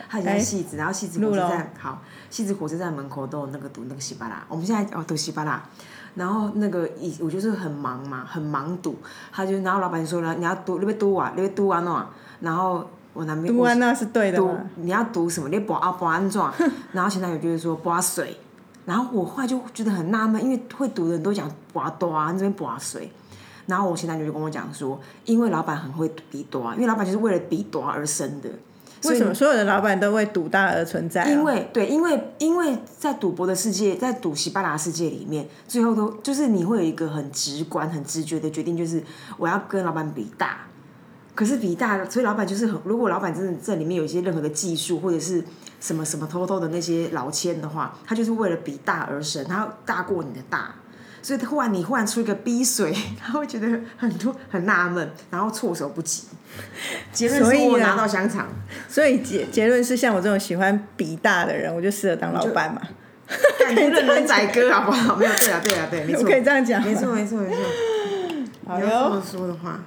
他以前在汐止，然后汐止火车站好，汐止火车站门口都有那个读那个西巴拉，我们现在读西巴拉。然后那个我就是很忙嘛，很忙读，然后老板就说了，你要读，你要读啊，你要读安怎？然后我男朋友读安那是对的吗？ 你要读什么？你拔安怎？然后前男友就是说拔水，然后我后来就觉得很纳闷，因为会读的人都讲拔大，你这边拔水。然后我前男友就跟我讲说，因为老板很会比大，因为老板就是为了比大而生的。 为什么所有的老板都为赌大而存在？ 因为在赌博的世界，在赌西巴拉世界里面，最后都就是你会有一个很直观、很直觉的决定，就是我要跟老板比大。可是比大，所以老板就是如果老板真的在里面有一些任何的技术或者是什么什么偷的那些老千的话，他就是为了比大而生，他要大过你的大。所以你忽然出一个逼水，他会觉得很纳闷，然后措手不及。结论是我拿到香肠。 所以结论是，像我这种喜欢比大的人，我就适合当老板嘛。 感觉人宰割好不好？没有，对，没错。 我可以这样讲。 没错。 好哟。 你要这么说的话，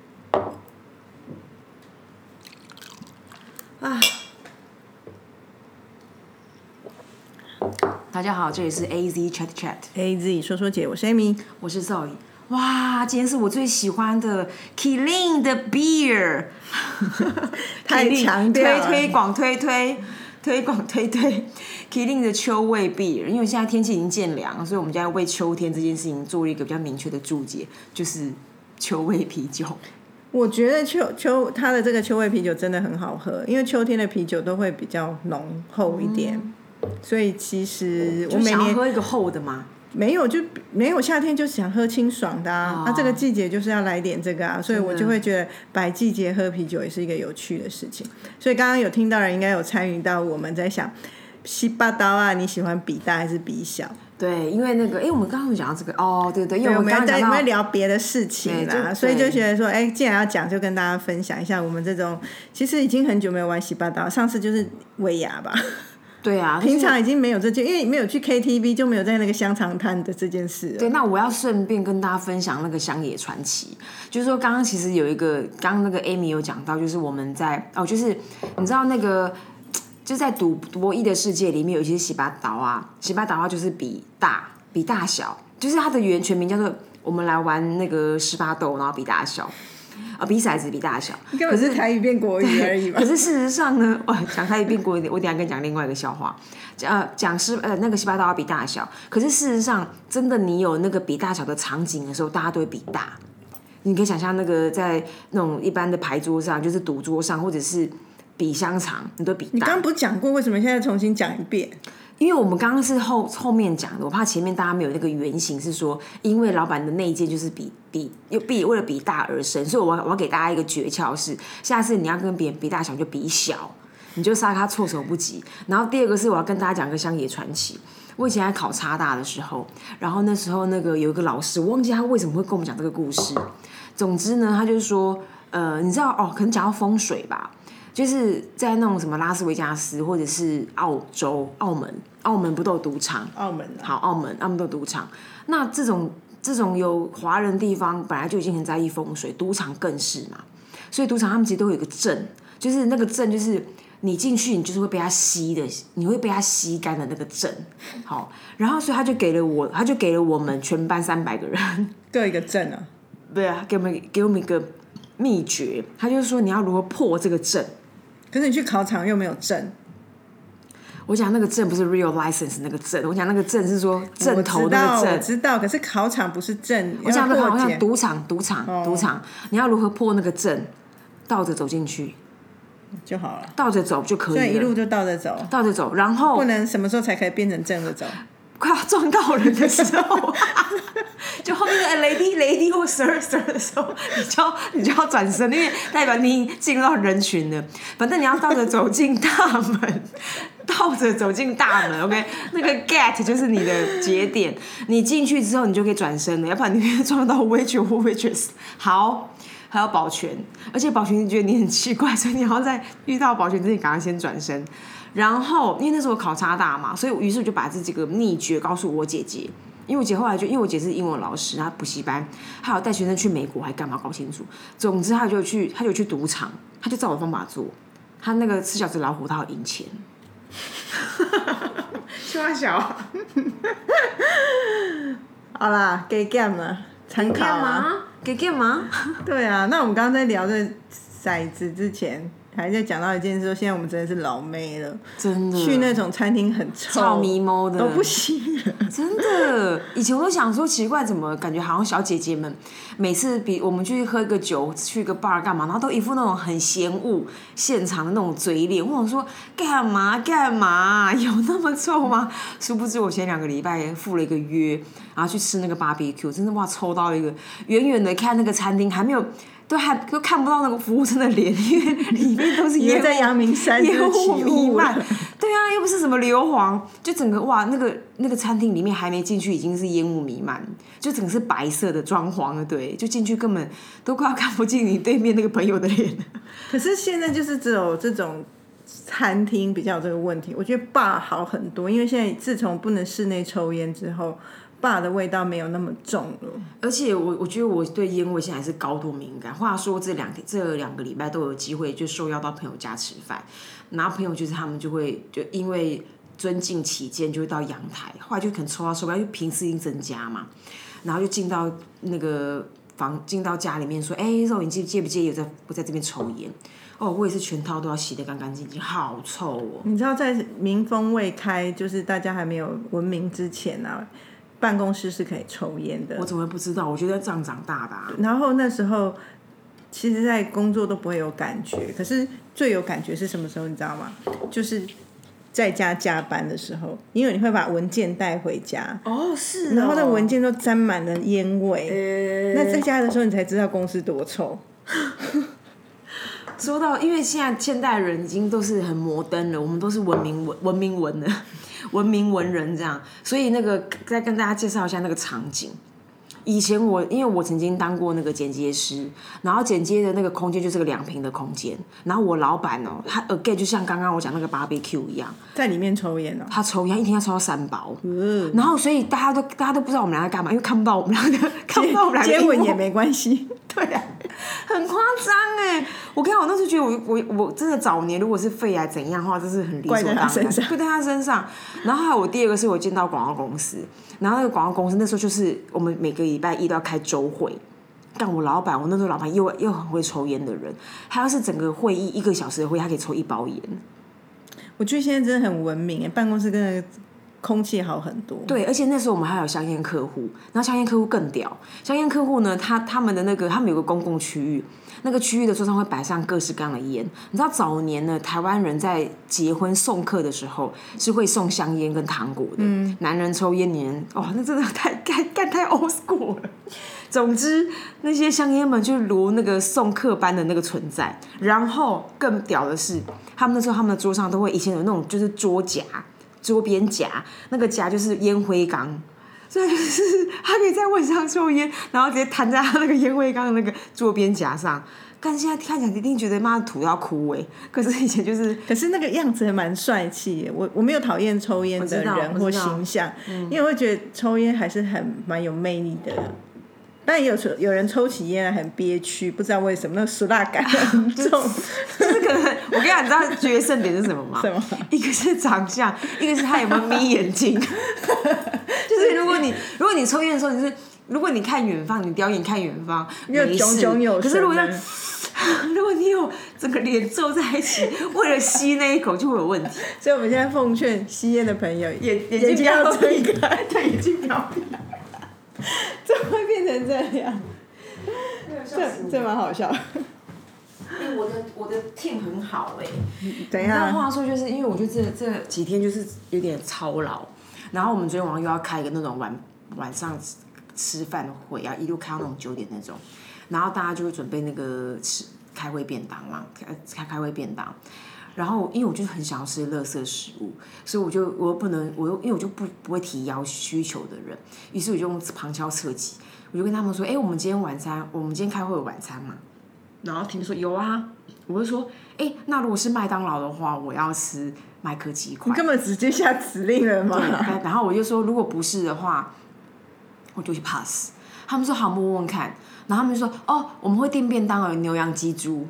啊。大家好，这里是 AZ Chat。AZ 说说姐，我是 Amy， 我是 Zoe。哇，今天是我最喜欢的 Kirin 的 beer， 太强调了， 推广Kirin 的秋味 beer， 因为现在天气已经渐凉，所以我们家为秋天这件事情做了一个比较明确的注解，就是秋味啤酒。 我觉得它的这个秋味啤酒真的很好喝，因为秋天的啤酒都会比较浓厚一点。所以其实我每年就想喝一个厚的吗？ 没有夏天就想喝清爽的啊，这个季节就是要来点这个啊，所以我就会觉得百季节喝啤酒也是一个有趣的事情。所以刚刚有听到人应该有参与到我们在想西巴刀啊，你喜欢比大还是比小？ 对，因为那个我们刚刚有讲到这个对，因为我们刚刚讲到聊别的事情啦，所以就觉得说既然要讲，就跟大家分享一下我们这种其实已经很久没有玩西巴刀，上次就是尾牙吧。 对啊， 平常已经没有这件，因为没有去 KTV 就没有在那个香肠摊的这件事了。 对，那我要顺便跟大家分享那个乡野传奇，就是说刚刚其实有一个，刚刚那个 Amy 有讲到，就是我们在就是你知道那个就在赌博弈的世界里面有一些洗八刀啊就是比大小，就是它的全名叫做我们来玩那个18斗，然后比大小。比骰子比大小， 可是台语变国语而已嘛。 可是事实上呢，讲台语变国语，我等一下跟你讲另外一个笑话。讲那个西巴刀要比大小，可是事实上，真的你有那个比大小的场景的时候，大家都会比大。你可以想象那个在那种一般的牌桌上，就是赌桌上，或者是比香肠，你都比大。 你刚刚不是讲过，为什么现在重新讲一遍？ 因为我们刚刚是后面讲的，我怕前面大家没有那个原型，是说因为老板的内件就是为了比大而生，所以我要给大家一个诀窍是，下次你要跟别人比大小就比小，你就杀他措手不及。然后第二个是我要跟大家讲一个乡野传奇。我以前在考插大的时候，然后那时候那个有一个老师，我忘记他为什么会跟我们讲这个故事。总之呢，他就说，你知道可能讲到风水吧。就是在那种什么拉斯维加斯或者是澳门不都有赌场？澳门都有赌场。那这种有华人的地方本来就已经很在意风水，赌场更是嘛。所以赌场他们其实都有一个阵，就是那个阵就是你进去你就是会被他吸的，你会被他吸干的那个阵。好，然后所以他就给了我们全班300个人各一个阵啊。 对啊，给我们一个秘诀，他就是说你要如何破这个阵。 可是你去考场又没有证。 我讲那个证不是 real license 那个证，我讲那个证是说证头那个证。 我知道，可是考场不是证。 我讲的好像赌场，你要如何破那个证？倒着走进去就好了， 倒着走就可以了。 所以一路就倒着走， 然后不能什么时候才可以变成正着走？ 快要撞到人的时候，就后面的 lady 或 sir 的时候，你就要转身，因为代表你进入到人群了。反正你要倒着走进大门，OK， 那个 gate 就是你的节点。你进去之后，你就可以转身了，要不然你会撞到 waiter 或 waitress。好，还有保全，而且保全觉得你很奇怪，所以你要在遇到保全之前赶快先转身。然后因为那时候考插大嘛，所以于是我就把这几个秘诀告诉我姐姐。因为我姐后来因为我姐是英文老师，她补习班，她有带学生去美国还干嘛搞清楚。总之她就去赌场，她就照我方法做。 他那个吃饺子老虎，他有赢钱。笑啊小。 好啦，给 game 了，参考啊。 给 game 吗？ 对啊，那我们刚刚在聊这骰子之前，还在讲到一件事，说现在我们真的是老妹了， 真的去那种餐厅很臭迷猫的都不行了， 真的。以前我都想说奇怪，怎么感觉好像小姐姐们每次比我们去喝一个酒，去一个 bar 干嘛，然后都一副那种很嫌恶现场的那种嘴脸。我想说干嘛，有那么臭吗？殊不知我前2个礼拜赴了一个约，然后去吃那个 barbecue， 真的哇，臭到一个远远的看那个餐厅还没有。都看不到那个服务生的脸，因为里面都是烟雾， 在阳明山烟雾弥漫。 了对啊，又不是什么硫磺，就整个哇，那个餐厅里面还没进去，已经是烟雾弥漫，就整个是白色的装潢了，对，就进去根本都快要看不见你对面那个朋友的脸。 可是现在就是只有这种餐厅比较有这个问题，我觉得 bar 好很多，因为现在自从不能室内抽烟之后。爸的味道没有那么重了， 而且我觉得我对烟味现在还是高度敏感。话说这2个礼拜都有机会就受邀到朋友家吃饭，然后朋友就是他们就因为尊敬起见就会到阳台，后来就可能抽到受不了，就频次一定增加嘛，然后就进到那个进到家里面说，肉你介不介意我在这边抽烟？哦，我也是全套都要洗得干干净净，好臭哦！ 你知道在民风未开，就是大家还没有文明之前啊。办公室是可以抽烟的， 我怎么会不知道？我觉得这样长大的然后那时候，其实在工作都不会有感觉，可是最有感觉是什么时候？你知道吗？就是在家加班的时候，因为你会把文件带回家。 哦，是。 然后那文件都沾满了烟味。那在家的时候，你才知道公司多臭。 说到，因为现代人已经都是很摩登了，我们都是文明文人这样，所以再跟大家介绍一下那个场景。以前因为我曾经当过那个剪接师，然后剪接的那个空间就是个2坪的空间，然后我老板他 again 就像刚刚我讲那个 barbecue 一样，在里面抽烟他抽烟，一天要抽到3包，然后所以大家都不知道我们俩在干嘛，因为看不到我们两个接吻也没关系， 对啊，很夸张我跟你讲，我那时候觉得我真的早年如果是肺癌怎样的话，这是很理所当然，怪在他身上。然后还有我第2个是我见到广告公司，然后那个广告公司那时候就是我们每个礼拜1都要开周会，但我那时候老板又很会抽烟的人，他要是整个会议1个小时的会议，他可以抽1包烟。我觉得现在真的很文明办公室跟空气好很多。对，而且那时候我们还有香烟客户，然后香烟客户更屌。香烟客户呢，他们的他们有个公共区域，那个区域的桌上会摆上各式各样的烟。你知道早年呢，台湾人在结婚送客的时候是会送香烟跟糖果的。男人抽烟，女人那真的太 old school 了。总之，那些香烟们就如那个送客般的那个存在。然后更屌的是，他们那时候他们的桌上都会以前有那种就是桌边夹，那个夹就是烟灰缸，所以就是他可以在位置上抽烟，然后直接弹在他那个烟灰缸的那个桌边夹上。但现在看起来一定觉得妈的土要哭可是以前就是，可是那个样子也蛮帅气。我没有讨厌抽烟的人或形象，因为我会觉得抽烟还是蛮有魅力的。但也有人抽起烟来很憋屈，不知道为什么，那个熟辣感很重。就是可能我跟你讲，你知道决胜点是什么吗？什么？一个是长相，一个是他有没有眯眼睛。就是如果你抽烟的时候，如果你看远方，你叼眼看远方，没事。可是如果你有整个脸皱在一起，为了吸那一口就会有问题。所以我们现在奉劝吸烟的朋友，眼睛不要睁开，对，眼睛不要闭。怎么会变成这样？这蛮好笑的。我的 team 很好等一下。话说就是因为我觉得这几天就是有点操劳，然后我们昨天晚上又要开一个那种晚上吃饭的会，要一路开到那种9点那种，然后大家就会准备那个开会便当嘛，开会便当。然后因为我就很想要吃垃圾食物，所以我又不能，因为我就不会提需求的人，于是我就用旁敲侧击，我就跟他们说，我们今天开会有晚餐嘛？然后听说有啊，我就说，那如果是麦当劳的话，我要吃麦克鸡块。你根本直接下指令了嘛？对，然后我就说，如果不是的话，我就去 pass。他们说好，问问看。然后他们就说，我们会订便当牛羊鸡猪。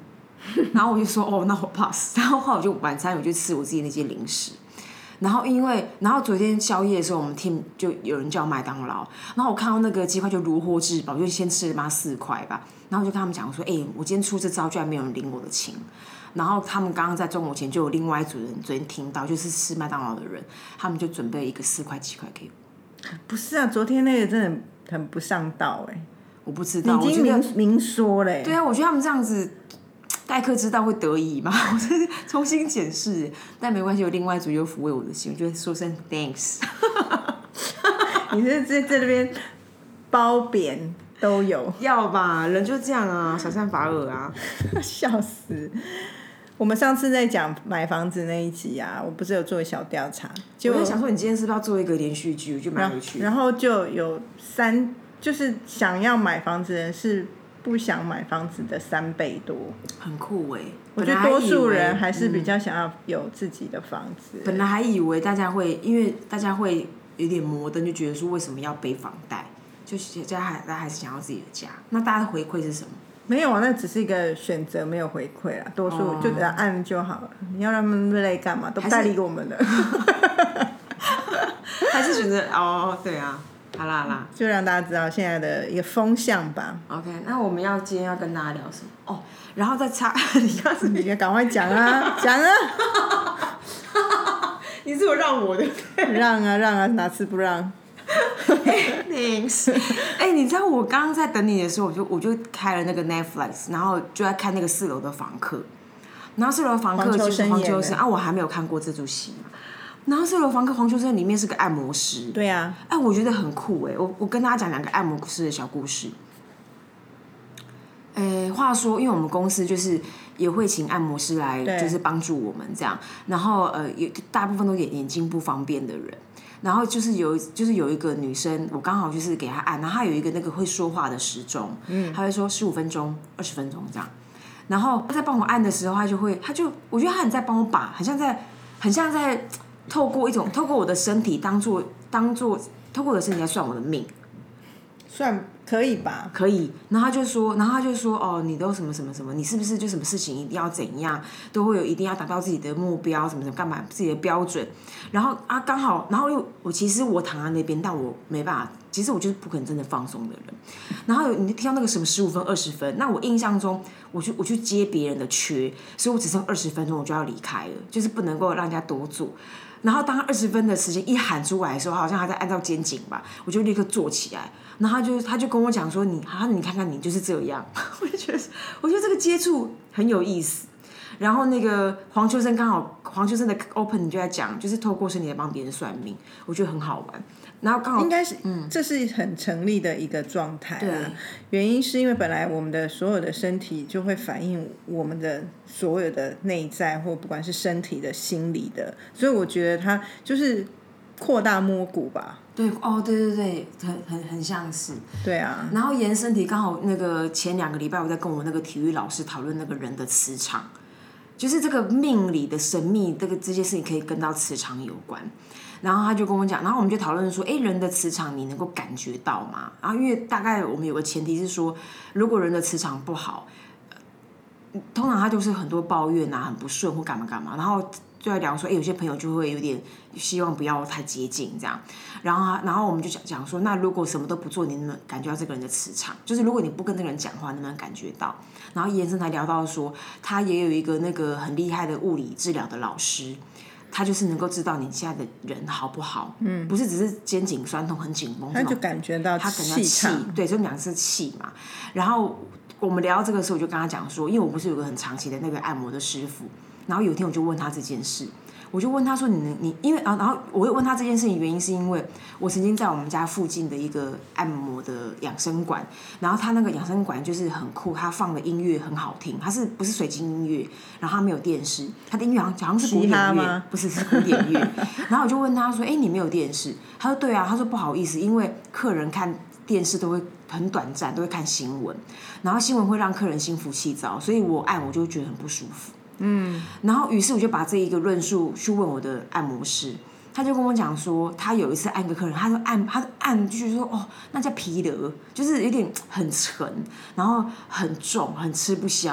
然后我就说哦，那我 pass。然后后来我就晚餐我就吃我自己那些零食。然后昨天宵夜的时候，我们 team 就有人叫麦当劳，然后我看到那个鸡块就如获至宝，就先吃了4块吧。然后我就跟他们讲说，我今天出这招，居然没有人领我的情。然后他们刚刚在中午前就有另外一组人昨天听到，就是吃麦当劳的人，他们就准备一个4块鸡块给我。 不是啊，昨天那个真的很不上道我不知道， 你已经明说了。 对啊，我觉得他们这样子。待客之道会得意嘛？我是重新检视，但没关系，有另外一组又抚慰我的心，我就说声 thanks。 你是在这边褒贬都有， 要吧？人就这样啊，小善法尔啊， 笑死！我们上次在讲买房子那一集啊，我不是有做小调查， 我在想说你今天是不是要做一个连续剧，我就买回去。 然后就有就是想要买房子的人是。不想买房子的3倍多， 很酷我觉得多数人还是比较想要有自己的房子。 本来还以为大家会，因为大家会有点摩登，就觉得说为什么要背房贷，就是大家还是想要自己的家。那大家的回馈是什么？ 没有啊，那只是一个选择，没有回馈啦。多数就按就好了。你要让他们累干嘛？都不带理我们的。 还是选择对啊。好啦， 就让大家知道现在的一个风向吧。 OK， 那我们今天要跟大家聊什么？然后再你要赶快讲啊，讲啊！ 你是我让我的， 让啊，哪次不让 ？Thanks。你知道我刚刚在等你的时候，我就开了那个 Netflix， 然后就在看那个4楼的房客，然后4楼的房客就是黄秋生啊，我还没有看过这出戏嘛。然后4楼房客黄秋生里面是个按摩师， 对啊， 我觉得很酷我跟大家讲2个按摩师的小故事。话说，因为我们公司就是也会请按摩师来，就是帮助我们这样。然后大部分都眼睛不方便的人。然后就是有一个女生，我刚好就是给她按，然后她有一个那个会说话的时钟，她会说15分钟、20分钟这样。然后她在帮我按的时候，她就我觉得她很在帮我把，很像在。透过我的身体当做透过我的身体来算我的命， 算可以吧？ 可以。然后他就说你都什么什么什么，你是不是就什么事情一定要怎样，都会有一定要达到自己的目标，什么什么干嘛自己的标准。然后刚好，然后其实我躺在那边，但我没办法，其实我就是不可能真的放松的人。然后你听到那个什么15分、20分，那我印象中我去接别人的缺，所以我只剩20分钟我就要离开了，就是不能够让人家多做。然后当20分的时间一喊出来的时候，好像他在按照肩颈吧，我就立刻坐起来。然后他就跟我讲说你看看你就是这样，我觉得这个接触很有意思。然后那个黄秋生的 open 就在讲，就是透过身体来帮别人算命，我觉得很好玩。然后刚好应该是，这是很成立的一个状态啊。原因是因为本来我们的所有的身体就会反映我们的所有的内在，或不管是身体的、心理的，所以我觉得它就是扩大摸骨吧。 对，对，很像是。对啊。 然后延伸题刚好那个前2个礼拜我在跟我那个体育老师讨论那个人的磁场，就是这个命理的神秘这件事情可以跟到磁场有关。然后他就跟我讲，然后我们就讨论说，人的磁场你能够感觉到吗？然后因为大概我们有个前提是说，如果人的磁场不好，通常他就是很多抱怨啊，很不顺或干嘛干嘛，然后就在聊说，有些朋友就会有点希望不要太接近这样。然后我们就讲说，那如果什么都不做，你能不能感觉到这个人的磁场？就是如果你不跟这个人讲话，能不能感觉到？然后延伸才聊到说，他也有一个那个很厉害的物理治疗的老师。他就是能够知道你现在的人好不好，不是只是肩颈酸痛很紧绷， 他就感觉到气场， 对，所以2个是气嘛。然后我们聊到这个时候，我就跟他讲说，因为我不是有个很长期的那个按摩的师傅，然后有一天我就问他这件事，我就问他说你因为然后我会问他这件事情原因是因为我曾经在我们家附近的一个按摩的养生馆，然后他那个养生馆就是很酷，他放的音乐很好听，他是不是水晶音乐？然后他没有电视，他的音乐好像是古典乐，不是古典乐。然后我就问他说：“你没有电视？”他说：“对啊。”他说：“不好意思，因为客人看电视都会很短暂，都会看新闻，然后新闻会让客人心浮气躁，所以我按我就会觉得很不舒服。”然后于是我就把这一个论述去问我的按摩师，他就跟我讲说，他有一次按个客人，他按就是说那叫疲劳，就是有点很沉，然后很重，很吃不消。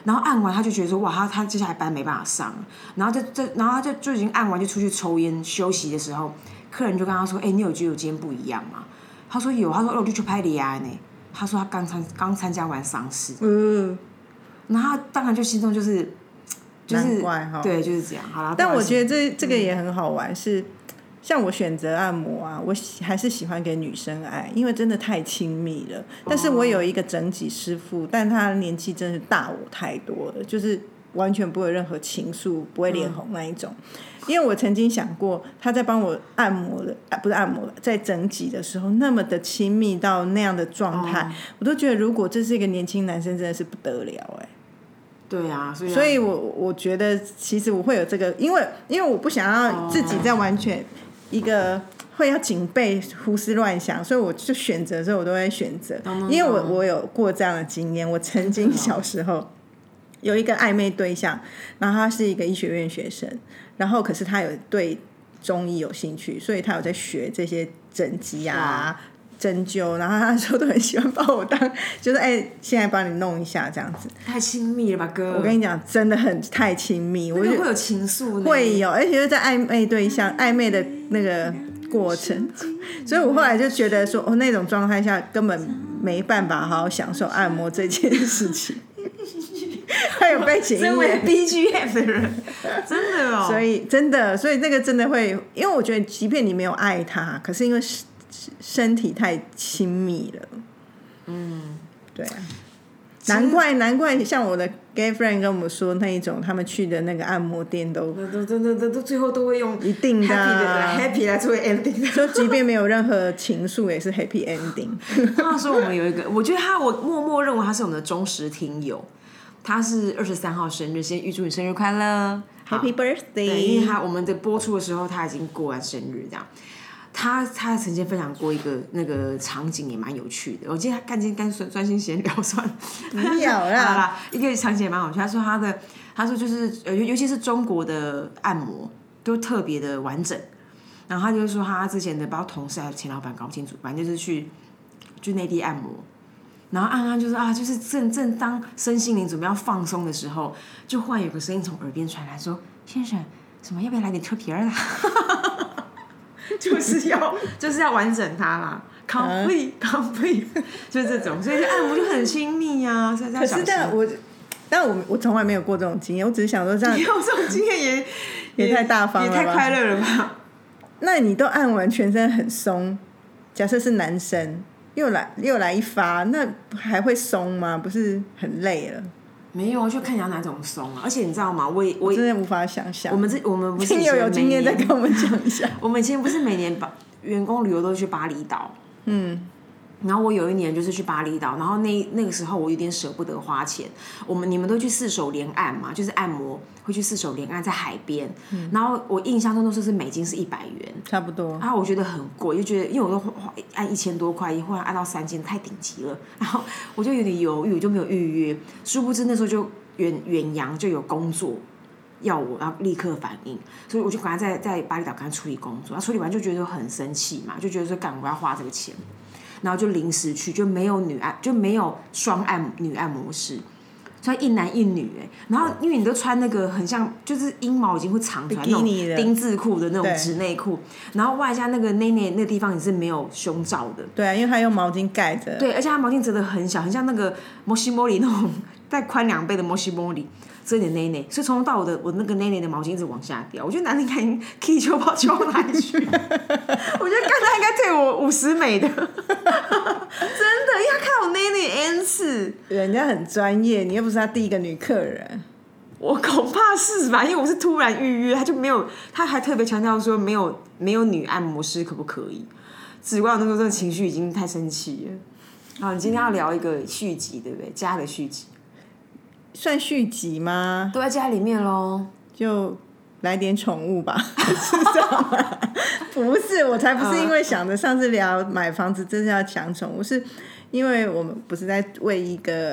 然后按完他就觉得说哇，他接下来班没办法上，然后他就已经按完就出去抽烟休息的时候，客人就跟他说，你有觉得我今天不一样吗？他说有，他说我就去拍李安呢，他说他刚参加完丧事，然后他当然就心中就是难怪哈， 对，就是这样。好啦， 但我觉得这个也很好玩，是像我选择按摩啊，我还是喜欢给女生按，因为真的太亲密了。但是我有一个整脊师傅，但他的年纪真的大我太多了，就是完全不会有任何情愫，不会脸红那一种。因为我曾经想过，他在帮我按摩的，不是按摩的，在整脊的时候那么的亲密到那样的状态，我都觉得如果这是一个年轻男生，真的是不得了对啊， 所以我觉得其实我会有这个，因为我不想要自己在完全一个会要警备胡思乱想，所以我就选择的时候我都会选择，因为我有过这样的经验，我曾经小时候有一个暧昧对象，然后他是一个医学院学生，然后可是他有对中医有兴趣，所以他有在学这些整脊啊针灸，然后他那时候都很喜欢把我当就是现在帮你弄一下这样子， 太亲密了吧哥， 我跟你讲真的很太亲密， 我觉得会有情愫呢， 会有，而且是在暧昧对象暧昧的那个过程，所以我后来就觉得说那种状态下根本没办法好好享受按摩这件事情还有背景音乐， 身为 BGM 的人真的哦， 所以那个真的会，因为我觉得即便你没有爱他，可是因为身体太亲密了，对啊，难怪像我的 gay friend 跟我们说那一种，他们去的那个按摩店都最后都会用一定的 happy 来作为 ending， 就即便没有任何情愫也是 happy ending。 他说我们有一个，我觉得我默默认为他是我们的忠实听友，他是23号生日，先预祝你生日快乐 ，Happy birthday！ 对，因为我们的播出的时候他已经过完生日这样。他曾经分享过一个那个场景也蛮有趣的，我今天干专心闲聊算了， 不要啦。 好啦，一个场景也蛮有趣。他说就是尤其是中国的按摩都特别的完整，然后他就说他之前的不知道同事还是前老板搞不清楚，反正就是去内地按摩，然后按就是正当身心灵准备要放松的时候，就忽然有个声音从耳边传来说：“先生，什么要不要来点脱皮儿啦？”就是要完整它啦 ，complete， 就是这种，所以按摩就很亲密啊。所以可是但我从来没有过这种经验，我只是想说这样， 你有这种经验也太大方了吧， 也太快乐了吧？ 那你都按完全身很松，假设是男生又来一发，那还会松吗？不是很累了？ 没有，就看你要哪种松啊！而且你知道吗？我真的无法想象。 我们不是有经验再跟我们讲一下。 我们以前不是每年员工旅游都去巴厘岛，然后我有一年就是去巴厘岛，然后那个时候我有点舍不得花钱。你们都去四手连按嘛，就是按摩会去四手连按在海边，然后我印象中都是美金是100元， 差不多。 然后我觉得很贵，就觉得因为我都按1000多块，后来按到3000太顶级了，然后我就有点犹豫，我就没有预约。殊不知那时候就远洋就有工作要我要立刻反应，所以我就赶快在巴厘岛赶快处理工作，处理完就觉得很生气嘛，就觉得说我要花这个钱。然后就临时去，就没有双女按摩师，所以一男一女然后因为你都穿那个很像就是阴毛已经会长出来那种丁字裤的那种纸内裤，然后外加那个内那个地方也是没有胸罩的。 对啊，因为他用毛巾盖着。 对，而且他毛巾折得很小，很像那个摩西莫里那种再宽2倍的摩西莫里。遮点内内，所以从头到我那个内内的毛巾一直往下掉。我觉得男的应该已经 K 球跑球哪里去？我觉得刚才应该退我50美的，真的，因为他看我内内 N 次， 人家很专业，你又不是他第一个女客人。 我恐怕是吧，因为我是突然预约，他还特别强调说没有女按摩师可不可以？只怪我那时候这个情绪已经太生气了。好，你今天要聊一个续集，对不对？家的续集。 算续集吗？ 都在家里面咯， 就来点宠物吧，是这样吗？不是，我才不是因为想着上次聊买房子，真是要讲宠物，是因为我们不是在为一个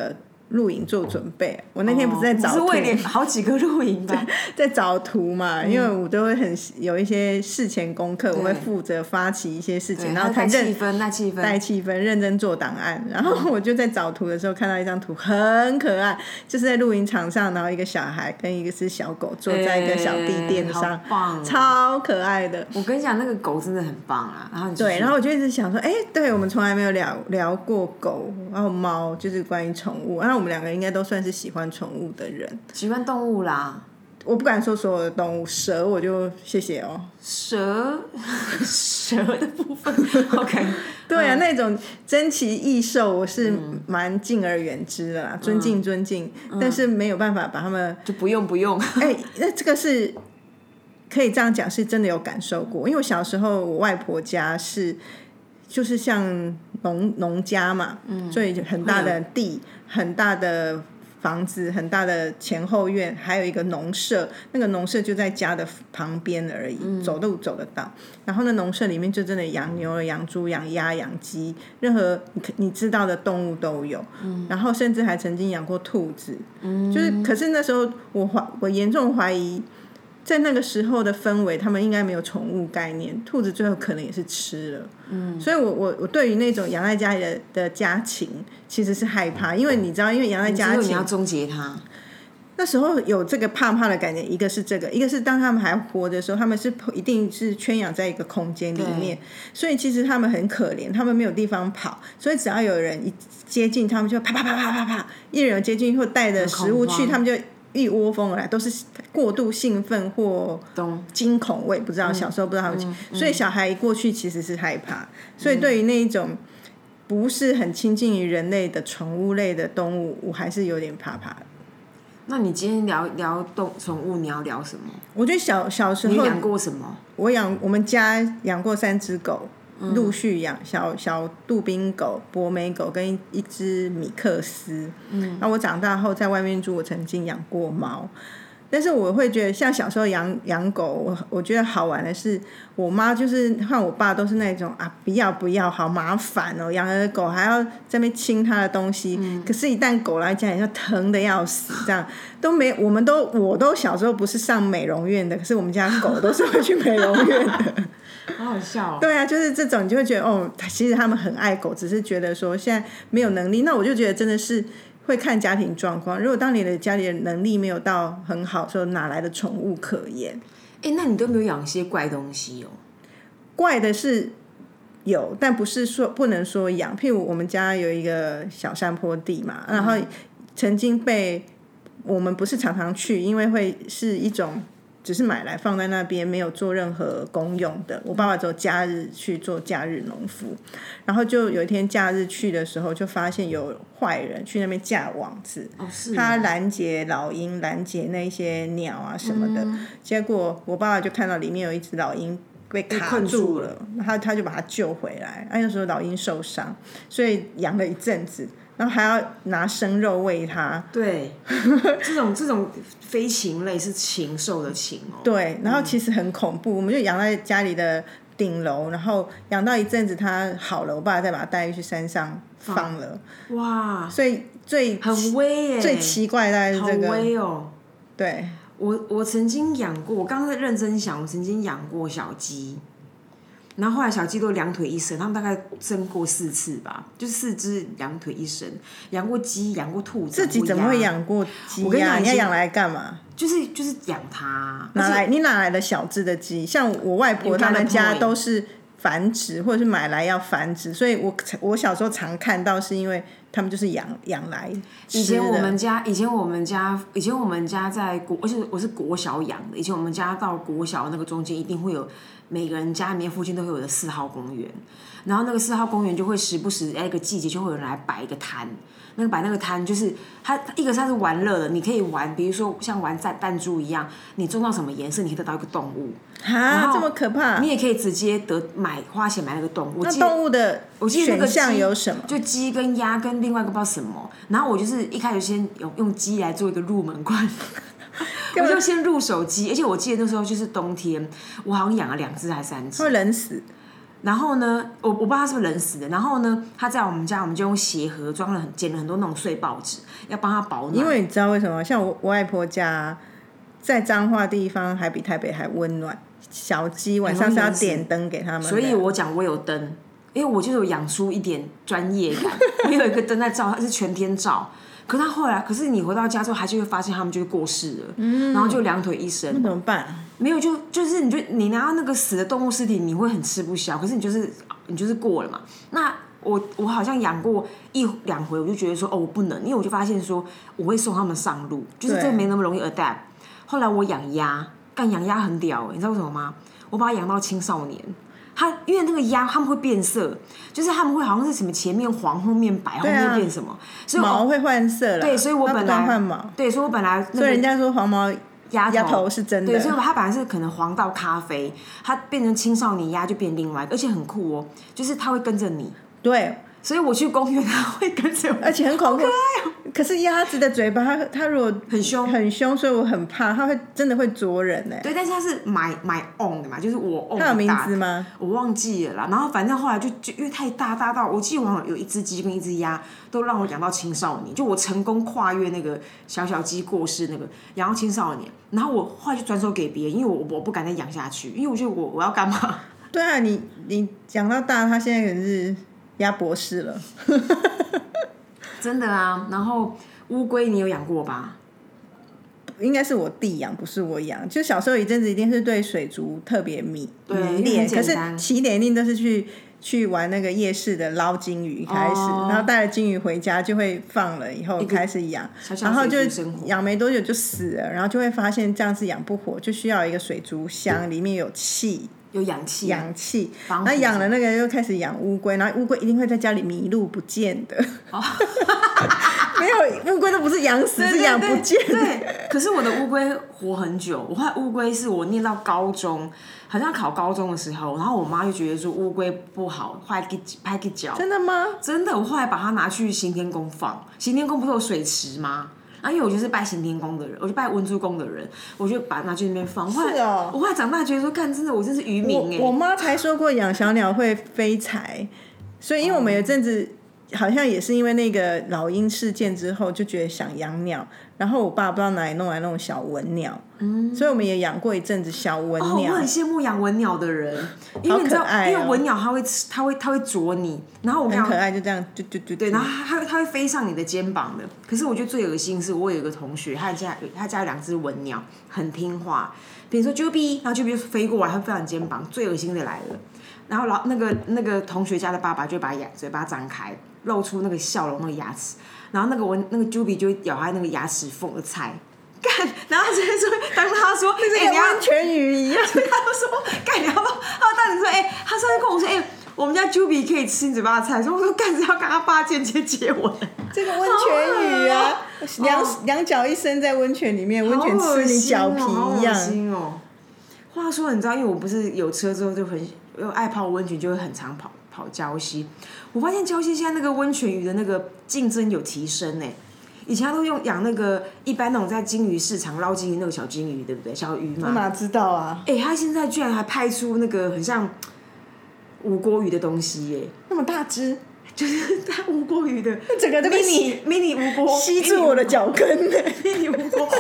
露营做准备。我那天不是在找图， 不是为了好几个露营吧？ 在找图嘛，因为我都会有一些事前功课，我会负责发起一些事情，然后带气氛， 认真做档案。然后我就在找图的时候看到一张图，很可爱，就是在露营场上，然后一个小孩跟一只小狗坐在一个小地垫上， 好棒， 超可爱的。 我跟你讲，那个狗真的很棒啊。然后对，然后我就一直想说，对，我们从来没有聊过狗，然后猫，就是关于宠物。然后我们两个应该都算是喜欢宠物的人， 喜欢动物啦。 我不敢说所有的动物，蛇我就谢谢哦。 蛇的部分，OK。 对啊，那种珍奇异兽我是蛮敬而远之的啦，尊敬，但是没有办法把他们就不用。 那这个是可以这样讲，是真的有感受过。因为我小时候我外婆家就是像农家嘛，所以很大的地，很大的房子，很大的前后院，还有一个农舍，那个农舍就在家的旁边而已，走路走得到。然后那农舍里面就真的养牛、养猪、养鸭、养鸡，任何你知道的动物都有。然后甚至还曾经养过兔子。可是那时候我严重怀疑，在那个时候的氛围，他们应该没有宠物概念，兔子最后可能也是吃了。所以我对于那种养在家里的家禽其实是害怕，因为你知道，因为养在家禽， 你要终结它。 那时候有这个怕的感觉，一个是这个，一个是当他们还活的时候，他们一定是圈养在一个空间里面，所以其实他们很可怜，他们没有地方跑，所以只要有人一接近，他们就啪啪啪啪啪啪，一人有接近或带着食物去，他们就一窝蜂而来，都是过度兴奋或惊恐，我也不知道，小时候不知道他们，所以小孩一过去其实是害怕，所以对于那一种不是很亲近于人类的宠物类的动物，我还是有点怕的。 那你今天聊宠物，你要聊什么？ 我觉得小时候你养过什么？ 我们家养过3只狗，陆续养小杜宾狗、博美狗跟一只米克斯。那我长大后在外面住，我曾经养过猫。但是我会觉得像小时候养狗，我觉得好玩的是，我妈就是和我爸都是那种不要好麻烦哦，养了狗还要在那边亲它的东西，可是一旦狗来家里就疼的要死，这样都没，我都小时候不是上美容院的，可是我们家狗都是会去美容院的。 好好笑哦。 对啊，就是这种，你就会觉得其实他们很爱狗，只是觉得说现在没有能力。那我就觉得真的是会看家庭状况。如果当你的家里的能力没有到很好的时候，哪来的宠物可言？ 那你都没有养一些怪东西哦？ 怪的是有，但不是说不能说养。譬如我们家有一个小山坡地嘛，然后曾经被我们不是常常去，因为会是一种只是买来放在那边，没有做任何功用的。我爸爸只有假日去做假日农夫，然后就有一天假日去的时候，就发现有坏人去那边架网子，他拦截老鹰，拦截那些鸟啊什么的。结果我爸爸就看到里面有一只老鹰被卡住了，他就把它救回来。那时候老鹰受伤，所以养了一阵子。然后还要拿生肉喂它。 对，这种飞禽类是禽兽的禽哦。 对，然后其实很恐怖，我们就养在家里的顶楼，然后养到一阵子它好了，我爸再把它带去山上放了。 哇！ 所以很威耶， 最奇怪的大概是这个。 好威哦。 对， 我曾经养过，我刚刚在认真想，我曾经养过小鸡。然后后来小鸡都2腿1身，他们大概生过4次吧，就是4只2腿1身。养过鸡，养过兔子， 自己怎么会养过鸡呀？你要养来干嘛？ 就是养它。 你哪来的小只的鸡？像我外婆他们家都是繁殖，或者是买来要繁殖，所以我小时候常看到，是因为他们就是养来吃的。 以前我们家在而且我是国小养的。以前我们家到国小那个中间一定会有。每个人家里面附近都会有的4号公园，然后那个4号公园就会时不时一个季节就会有人来摆一个摊，摆那个摊就是它是玩乐的，你可以玩，比如说像玩弹珠一样，你中到什么颜色，你可以得到一个动物。 这么可怕！ 你也可以直接花钱买那个动物。 那动物的选项有什么？ 就鸡跟鸭跟另外一个不知道什么。然后我就是一开始先用鸡来做一个入门关。我就先入手鸡，而且我记得那时候就是冬天，我好像养了2只还3只。 会冷死？ 然后呢，我不知道他是不是冷死的。然后呢，他在我们家，我们就用鞋盒捡了很多那种碎报纸，要帮他保暖。 因为你知道为什么？像我外婆家，在彰化地方还比台北还温暖。小鸡晚上是要点灯给他们的， 所以我讲我有灯，因为我就有养出一点专业感。我有一个灯在照，它是全天照。可是你回到家之后，还是会发现他们就过世了，然后就两腿一伸。 那怎么办？ 没有，就是你拿到那个死的动物尸体，你会很吃不消。可是你就是过了嘛。那我好像养过1-2回，我就觉得说我不能，因为我就发现说我会送他们上路，就是这没那么容易 adapt。后来我养鸭，养鸭很屌你知道为什么吗？我把它养到青少年。因为那个鸭它们会变色，就是它们会好像是什么前面黄后面白后面变什么，所以毛会换色啦。 对，所以我本来换毛， 对，所以我本来所以人家说黄毛鸭头是真的， 对，所以它本来是可能黄到咖啡，它变成青少年鸭就变另外一个，而且很酷哦，就是它会跟着你。 对。 所以我去公园，它会跟着我， 而且很恐怖， 可爱哦。 可是鸭子的嘴巴，它如果很凶， 所以我很怕，它真的会啄人对，但是它是my own 的嘛，就是我 own 的。 它有名字吗？ 我忘记了啦。然后反正后来就因为太大到，我记得我有一只鸡跟一只鸭，都让我养到青少年，就我成功跨越那个小鸡过世那个，养到青少年。然后我后来就转手给别人，因为我不敢再养下去，因为我觉得我要干嘛？ 对啊，你养到大，它现在可能是鸭博士了。 真的啊。然后乌龟你有养过吧？ 应该是我弟养，不是我养。就小时候一阵子一定是对水族特别迷恋，可是起点一定都是去玩那个夜市的捞金鱼开始，然后带了金鱼回家就会放了以后开始养，然后就养没多久就死了，然后就会发现这样是养不活，就需要一个水族箱，里面有气。 有氧气， 然后养了那个又开始养乌龟，然后乌龟一定会在家里迷路不见的。没有，乌龟都不是养死，是养不见的。 对，可是我的乌龟活很久。我后来乌龟是我念到高中，好像考高中的时候，然后我妈就觉得说乌龟不好，拍个脚。 真的吗？ 真的，我后来把它拿去行天宫放。行天宫不是有水池吗？因为我就是拜行天宫的人，我就拜文殊宫的人，我就把它拿去那边放。 是哦。 我后来长大觉得说，看，真的我真是渔民我妈才说过养小鸟会飞财，所以因为我们有阵子好像也是因为那个老鹰事件之后，就觉得想养鸟，然后我爸不知道哪里弄来那种小文鸟，所以我们也养过一阵子小文鸟。 我很羡慕养文鸟的人，因为你知道，因为文鸟它会啄你，然后我很可爱，就这样对，然后它会飞上你的肩膀的。可是我觉得最恶心是我有一个同学，他家有2只文鸟，很听话，比如说 Juby， 然后 Juby 飞过来，它飞到你肩膀，最恶心的来了。然后那个同学家的爸爸就把嘴巴张开，露出那个笑容，那个牙齿，然后那个 Juby 就会咬他那个牙齿缝的菜，干，然后直接说，当他说， 跟温泉鱼一样， 他就说，干，然后他当时说，他上次跟我说，我们家 Juby 可以吃你嘴巴的菜，所以我说，干，只要跟他爸间接接吻。 这个温泉鱼啊，两脚一伸在温泉里面，温泉吃你脚皮一样。 好恶心哦。话说，你知道，因为我不是有车之后就又爱泡温泉，就会很常跑礁溪。我发现礁溪现在那个温泉鱼的那个竞争有提升以前他都养那个一般那种在金鱼市场捞金鱼那个小金鱼，对不对？小鱼嘛。 我哪知道啊？ 他现在居然还派出那个很像无锅鱼的东西那么大只。 就是它无锅鱼的， 整个都 mini 无锅吸住我的脚跟 mini 无锅，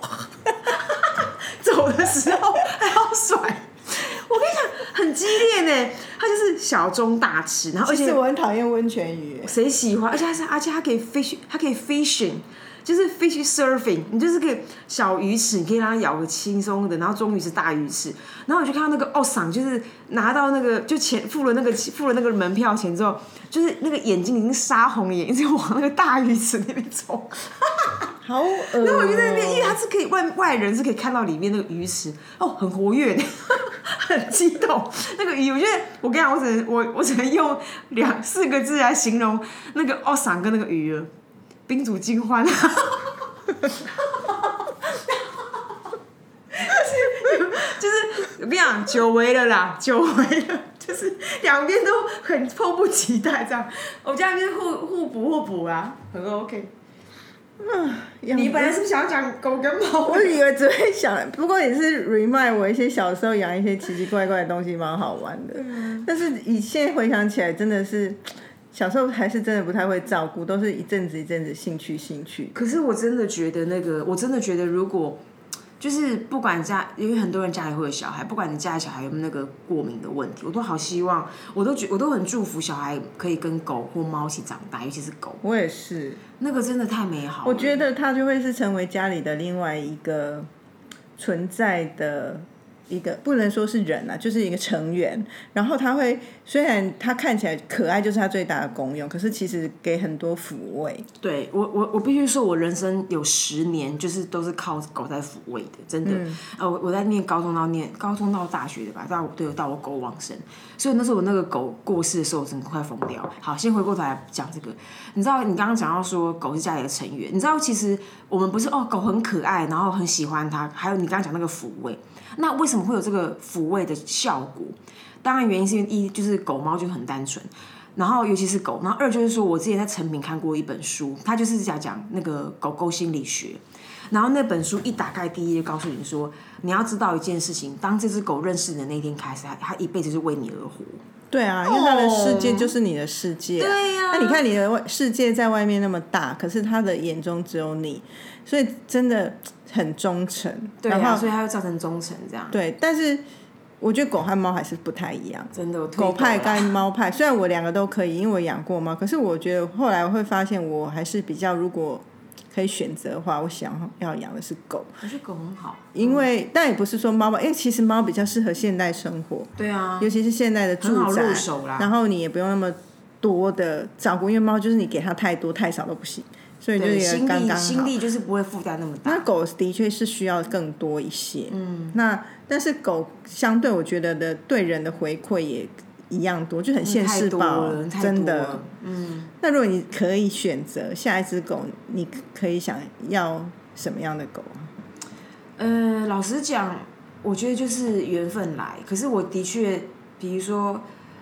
走的时候还要甩。我跟你讲，很激烈呢。它就是小中大吃，然后而且其实我很讨厌温泉鱼， 谁喜欢？而且它可以 fishing，就是 fish surfing， 你就是可以小鱼池，你可以让它咬个轻松的，然后中鱼是大鱼池。然后我就看到那个桑，就是拿到那个就付了那个门票钱之后，就是那个眼睛已经杀红了眼，一直往那个大鱼池那边冲。 好恶。 然后我就在那边，因为它是可以外人是可以看到里面那个鱼池，很活跃，很激动。那个鱼，我觉得我跟你讲，我只能用4个字来形容那个桑跟那个鱼了。宾主尽欢。就是我跟你讲，久违了啦，就是两边都很迫不及待这样。我们家那边互补啊，很 OK。 你本来是不是想要讲狗跟猫？ 我以为只会想，不过也是 remind 我一些小时候养一些奇奇怪怪的东西，蛮好玩的。但是以现在回想起来，真的是小时候还是真的不太会照顾，都是一阵子一阵子兴趣。 可是我真的觉得如果就是不管因为很多人家里会有小孩，不管你家里小孩有没有那个过敏的问题，我都好希望，我都很祝福小孩可以跟狗或猫一起长大，尤其是狗。 我也是， 那个真的太美好了。 我觉得它就会是成为家里的另外一个存在的一个，不能说是人啊，就是一个成员。然后它会，虽然它看起来可爱，就是它最大的功用，可是其实给很多抚慰。 对，我必须说，我人生有10年就是都是靠狗在抚慰的，真的。我在念高中到大学的吧，到我狗往生，所以那时候我那个狗过世的时候，我真的快疯掉。好，先回过头来讲这个，你知道你刚刚讲到说狗是家里的成员，你知道其实我们不是狗很可爱，然后很喜欢它，还有你刚刚讲那个抚慰。那为什么会有这个抚慰的效果？当然原因是因为一就是狗猫就很单纯，然后尤其是狗，然后二就是说我之前在成品看过一本书，它就是讲那个狗狗心理学，然后那本书一打开第一页告诉你说，你要知道一件事情，当这只狗认识你的那天开始，它一辈子是为你而活。 对啊，因为它的世界就是你的世界。 对呀。 那你看你的世界在外面那么大，可是它的眼中只有你，所以真的很忠诚。 对啊，所以它会造成忠诚这样。 对，但是我觉得狗和猫还是不太一样。 真的， 狗派跟猫派，虽然我两个都可以，因为我养过猫，可是我觉得后来我会发现，我还是比较如果可以选择的话，我想要养的是狗。 我觉得狗很好， 因为但也不是说猫吧，因为其实猫比较适合现代生活。 对啊， 尤其是现在的住宅， 很好入手啦。 然后你也不用那么多的照顾，因为猫就是你给它太多太少都不行，所以就也刚刚好。 心力就是不会负担那么大。 那狗的确是需要更多一些，但是狗相对我觉得的对人的回馈也一样多，就很现世报，真的。那如果你可以选择下一只狗，你可以想要什么样的狗？ 老实讲，我觉得就是缘分来。可是我的确，比如说，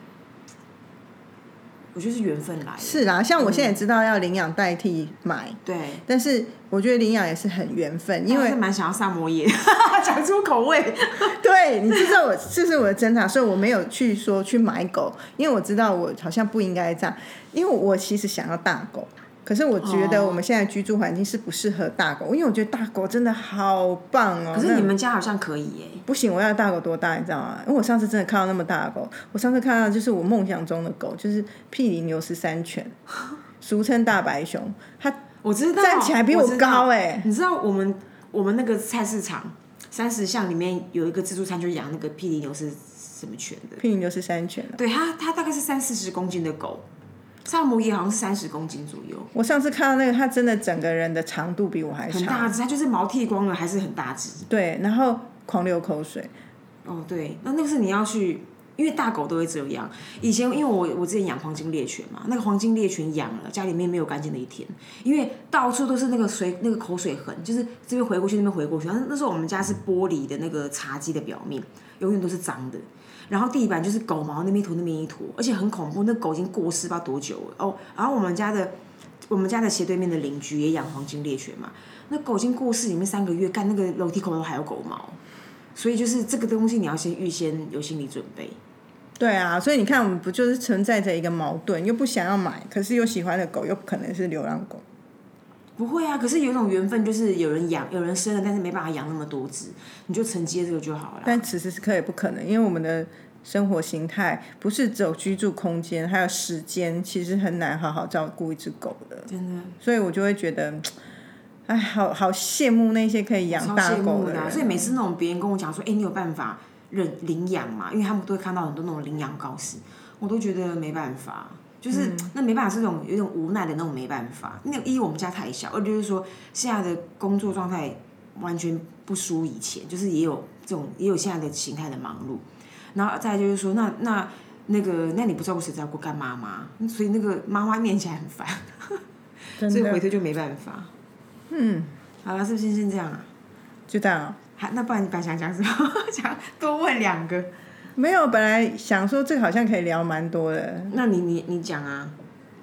我觉得是缘分来。 是啦，像我现在也知道要领养代替买， 对。 但是我觉得领养也是很缘分，因为是蛮想要萨摩耶，讲出口味。 对，你知道这是我的挣扎，所以我没有去说去买狗，因为我知道我好像不应该这样，因为我其实想要大狗。可是我觉得我们现在居住环境是不适合大狗，因为我觉得大狗真的好棒哦。 可是你们家好像可以耶。 不行，我要大狗多大你知道吗？因为我上次真的看到那么大的狗，我上次看到就是我梦想中的狗，就是毗邻牛斯山犬，俗称大白熊。它我知道站起来比我高哎。 你知道我们那个菜市场30巷里面有一个自助餐，就养那个毗邻牛斯什么犬的？ 毗邻牛斯山犬。 对，它大概是30-40公斤的狗。萨摩耶好像是30公斤左右。 我上次看到那个，它真的整个人的长度比我还长， 很大只，它就是毛剃光了，还是很大只。 对，然后狂流口水。 对，那个是你要去，因为大狗都会这样。以前因为我之前养黄金猎犬嘛，那个黄金猎犬养了，家里面没有干净的一天，因为到处都是那个口水痕，就是这边回过去，那边回过去。那时候我们家是玻璃的那个茶几的表面，永远都是脏的。然后地板就是狗毛那边一坨那边一坨，而且很恐怖，那狗已经过世不知道多久了然后我们家的斜对面的邻居也养黄金猎犬嘛，那狗已经过世里面3个月，干那个楼梯口都还有狗毛，所以就是这个东西你要预先有心理准备。 对啊，所以你看我们不就是存在着一个矛盾，又不想要买，可是又喜欢的狗又可能是流浪狗。 不会啊，可是有一种缘分，就是有人养，有人生了，但是没办法养那么多只，你就承接这个就好了。 但此时此刻也不可能，因为我们的生活形态不是只有居住空间，还有时间，其实很难好好照顾一只狗的。 真的， 所以我就会觉得，哎，好羡慕那些可以养大狗的人。 所以每次那种别人跟我讲说，你有办法领养嘛？因为他们都会看到很多那种领养告示，我都觉得没办法。就是那没办法，是有一种无奈的那种没办法。一我们家太小，二就是说现在的工作状态完全不输以前，就是也有现在的形态的忙碌。然后再来就是说，那你不照顾谁照顾？干妈妈，所以那个妈妈念起来很烦，所以回头就没办法。好了，是不是先这样啊？ 就这样啊。 那不然你本来想讲什么？想多问2个。 没有，本来想说这个好像可以聊蛮多的。 那你讲啊。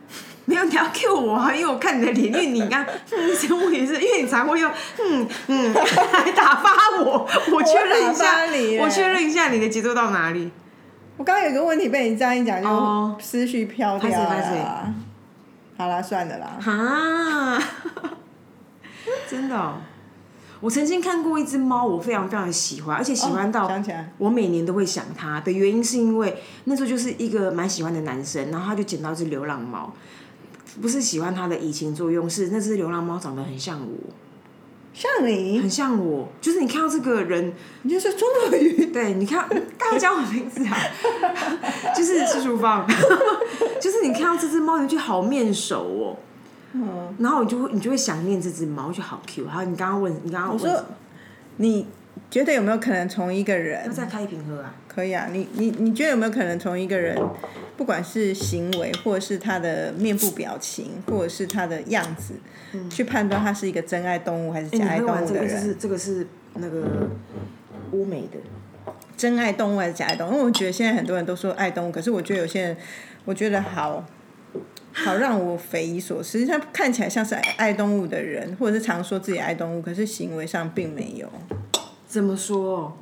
没有，你要 cue 我啊，因为我看你的脸，因为你刚我也是，因为你才会用来打发我，我确认一下你的节奏到哪里。 我刚刚有个问题被你这样一讲，就思绪飘掉了。好啦，算了啦。 哈，真的哦。我曾经看过一只猫，我非常非常的喜欢，而且喜欢到我每年都会想它的原因，是因为那时候就是一个蛮喜欢的男生，然后他就捡到一只流浪猫，不是喜欢它的移情作用，是那只流浪猫长得很像我， 像你， 很像我，就是你看到这个人， 你就是钟若云， 对，你看，刚才讲我名字啊，就是施淑芳，就是你看到这只猫，你就觉得好面熟哦。然后你就会想念这只猫，就好 Q。还有你刚刚问， 我说你觉得有没有可能从一个人？ 要再开一瓶喝啊？ 可以啊，你觉得有没有可能从一个人，不管是行为，或者是他的面部表情，或者是他的样子，去判断他是一个真爱动物还是假爱动物的人？ 这个是那个乌美的真爱动物还是假爱动物？因为我觉得现在很多人都说爱动物，可是我觉得有些人，我觉得好让我匪夷所思，他看起来像是爱动物的人，或者是常说自己爱动物，可是行为上并没有。 怎么说？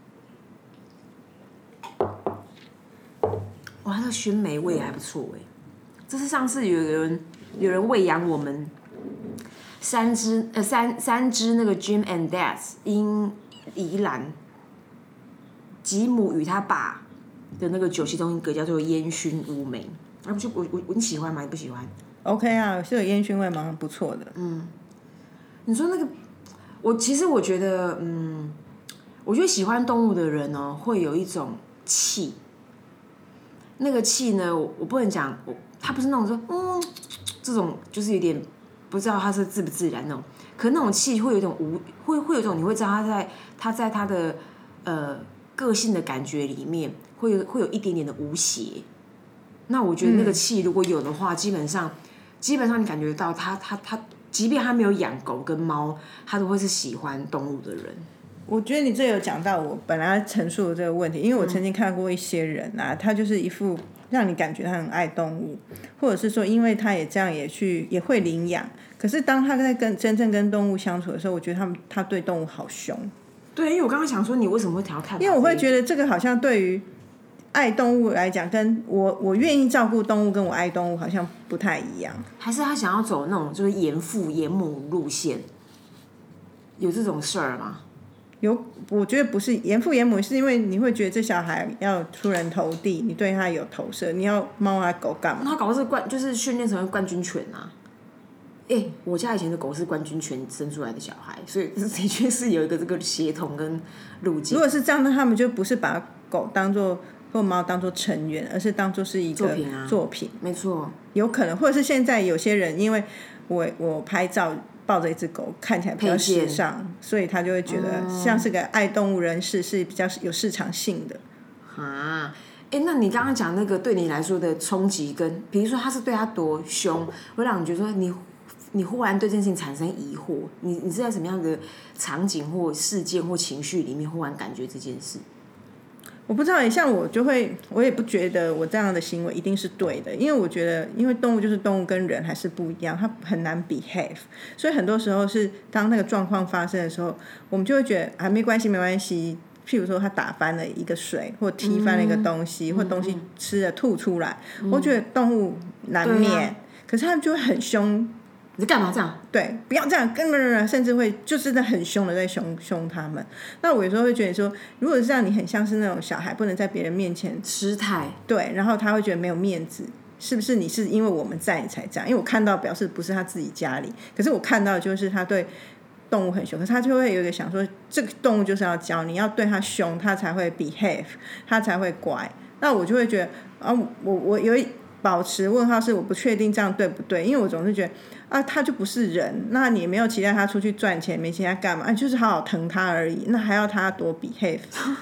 哇，他的熏梅味还不错哎。这是上次有人喂养我们三只那个 Jim and Dad 因宜兰吉姆与他爸的那个酒其中一个叫做烟熏乌梅。你喜欢吗？你不喜欢 ？OK 啊，是有烟熏味蛮不错的。 你说那个，其实我觉得，我觉得喜欢动物的人呢，会有一种气。那个气呢，我不能讲，他不是那种说，这种就是有点不知道他是自不自然那种。可那种气会有一种会有一种你会知道他在他的个性的感觉里面，会有一点点的无邪。那我觉得那个气如果有的话，基本上你感觉到他，即便他没有养狗跟猫，他都会是喜欢动物的人。 我觉得你这有讲到我本来陈述的这个问题，因为我曾经看过一些人啊，他就是一副让你感觉他很爱动物，或者是说因为他也这样也会领养，可是当他在真正跟动物相处的时候，我觉得他对动物好凶。 对，因为我刚刚想说你为什么会调看？ 因为我会觉得这个好像对于爱动物来讲，跟我愿意照顾动物跟我爱动物好像不太一样。 还是他想要走那种就是严父严母路线？有这种事儿吗？ 我觉得不是严父严母，是因为你会觉得这小孩要出人头地，你对他有投射，你要猫啊狗干嘛？ 他搞的是就是训练成为冠军犬啊！我家以前的狗是冠军犬生出来的小孩，所以的确是有一个这个协同跟路径。 如果是这样，那他们就不是把狗当做或猫当做成员，而是当做是一个作品。 没错， 有可能，或者是现在有些人，因为我拍照抱着一只狗看起来比较时尚，所以他就会觉得像是个爱动物人士，是比较有市场性的。 那你刚刚讲那个对你来说的冲击，跟比如说他是对他多凶，会让你觉得说你忽然对这件事情产生疑惑，你是在什么样的场景或事件或情绪里面忽然感觉这件事？ 我不知道，像我也不觉得我这样的行为一定是对的，因为我觉得，因为动物就是动物，跟人还是不一样，它很难 behave， 所以很多时候是当那个状况发生的时候，我们就会觉得没关系，譬如说他打翻了一个水，或踢翻了一个东西，或东西吃了吐出来，我觉得动物难免，可是他们就会很凶。 你在干嘛这样？ 对，不要这样，甚至会就真的很凶的在凶他们。那我有时候会觉得说，如果是这样，你很像是那种小孩，不能在别人面前失态。 对，然后他会觉得没有面子，是不是你是因为我们在你才这样？因为我看到表示不是他自己家里，可是我看到就是他对动物很凶，可是他就会有一个想说，这个动物就是要教你要对他凶，他才会 behave， 他才会乖。那我就会觉得我有保持问号，是我不确定这样对不对，因为我总是觉得他就不是人，那你也没有期待他出去赚钱，没期待干嘛，就是好好疼他而已，那还要他多 behave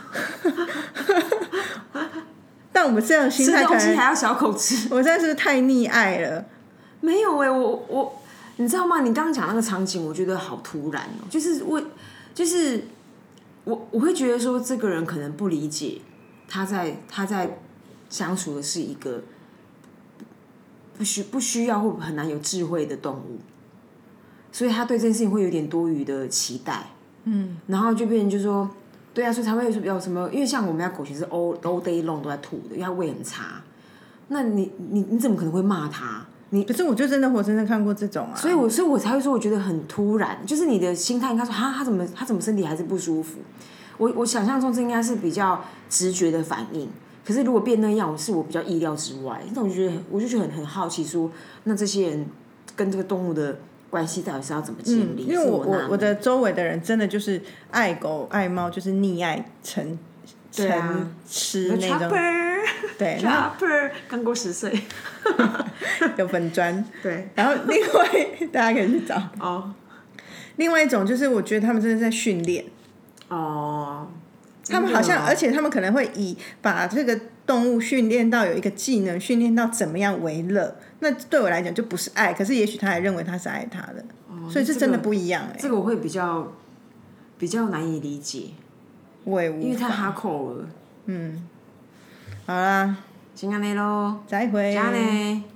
但我们这样的心态， 吃东西还要小口吃， 我真的是太溺爱了。 没有我你知道吗？你刚刚讲那个场景，我觉得好突然哦，就是我会觉得说，这个人可能不理解他在相处的是一个不需要或很难有智慧的动物，所以他对这件事情会有点多余的期待，然后就变成就说，对啊，所以才会有什么，因为像我们家狗其实 all day long 都在吐的，因为它胃很差，那你怎么可能会骂它？ 可是我就真的活生生看过这种啊， 所以我才会说，我觉得很突然，就是你的心态应该说，他怎么身体还是不舒服？我想象中这应该是比较直觉的反应，可是如果变那样，是我比较意料之外。那我就觉得很好奇说，那这些人跟这个动物的关系到底是要怎么建立？ 因为我的周围的人真的就是爱狗爱猫，就是溺爱成痴那种。对 ，Chopper 刚过10岁， 有粉砖。 对， 然后另外大家可以去找另外一种就是我觉得他们真的在训练。他们好像，而且他们可能会把这个动物训练到有一个技能，训练到怎么样为乐。那对我来讲就不是爱，可是也许他还认为他是爱他的，所以是真的不一样。 这个我会比较难以理解， 我也无法， 因为太哈扣了。 好啦， 先安尼咯， 再会。 加呢。